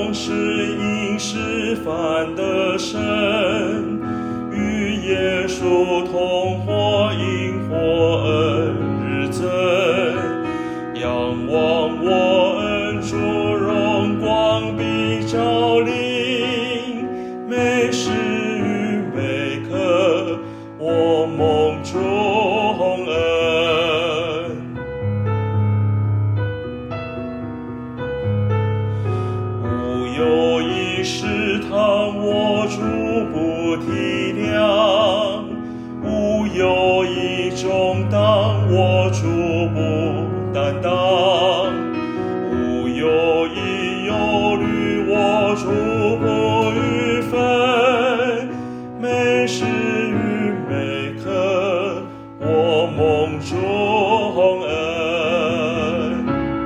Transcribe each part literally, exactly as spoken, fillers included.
奉是因是凡的神，与耶稣同活因活恩日增，仰望我恩主荣光必照临，每时与每刻我梦中恩。无有一试探我主不体谅，无有一重担我主不担当，无有一忧虑我主不预备，每时与每刻我梦中恩，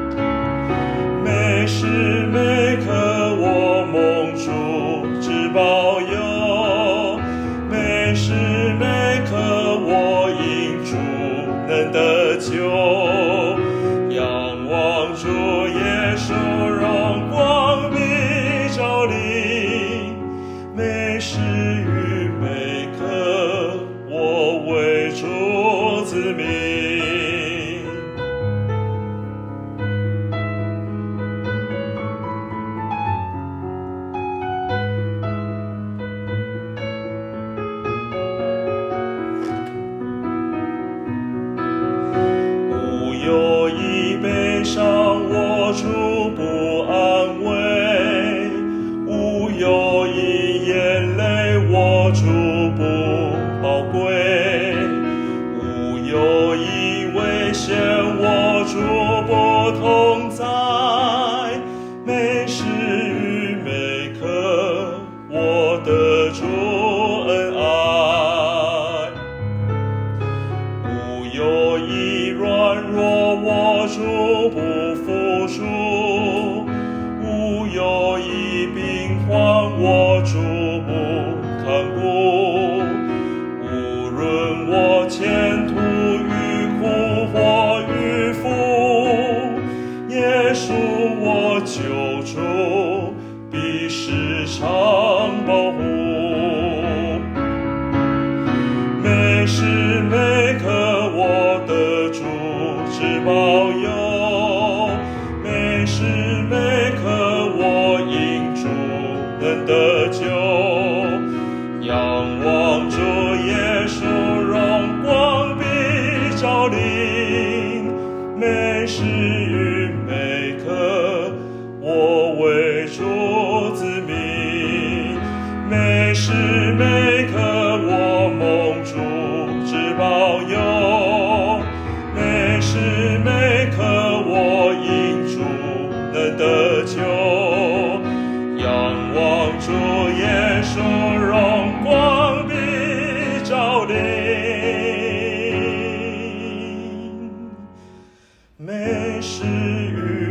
每时每刻我梦主之保佑，每时每刻我因主能得救，仰望主耶稣荣光必照临，每时与每刻我为主子民。无有一悲伤我主不安慰，无有一眼泪我主不宝贵，无有一危险我主不同在，每时与每刻我得主恩爱，无有一软弱我主不服输，无有一病患我主不看顾，无论我前途与苦或与福，耶稣我救主必时常保护，每时每刻我的主之保佑，每时每刻我因主能得救，仰望主耶稣荣光必照临，每时与每刻我为主子民，每时每刻我梦主之保佑，每时每刻我因主能得救，仰望主耶稣荣光必照临，每时与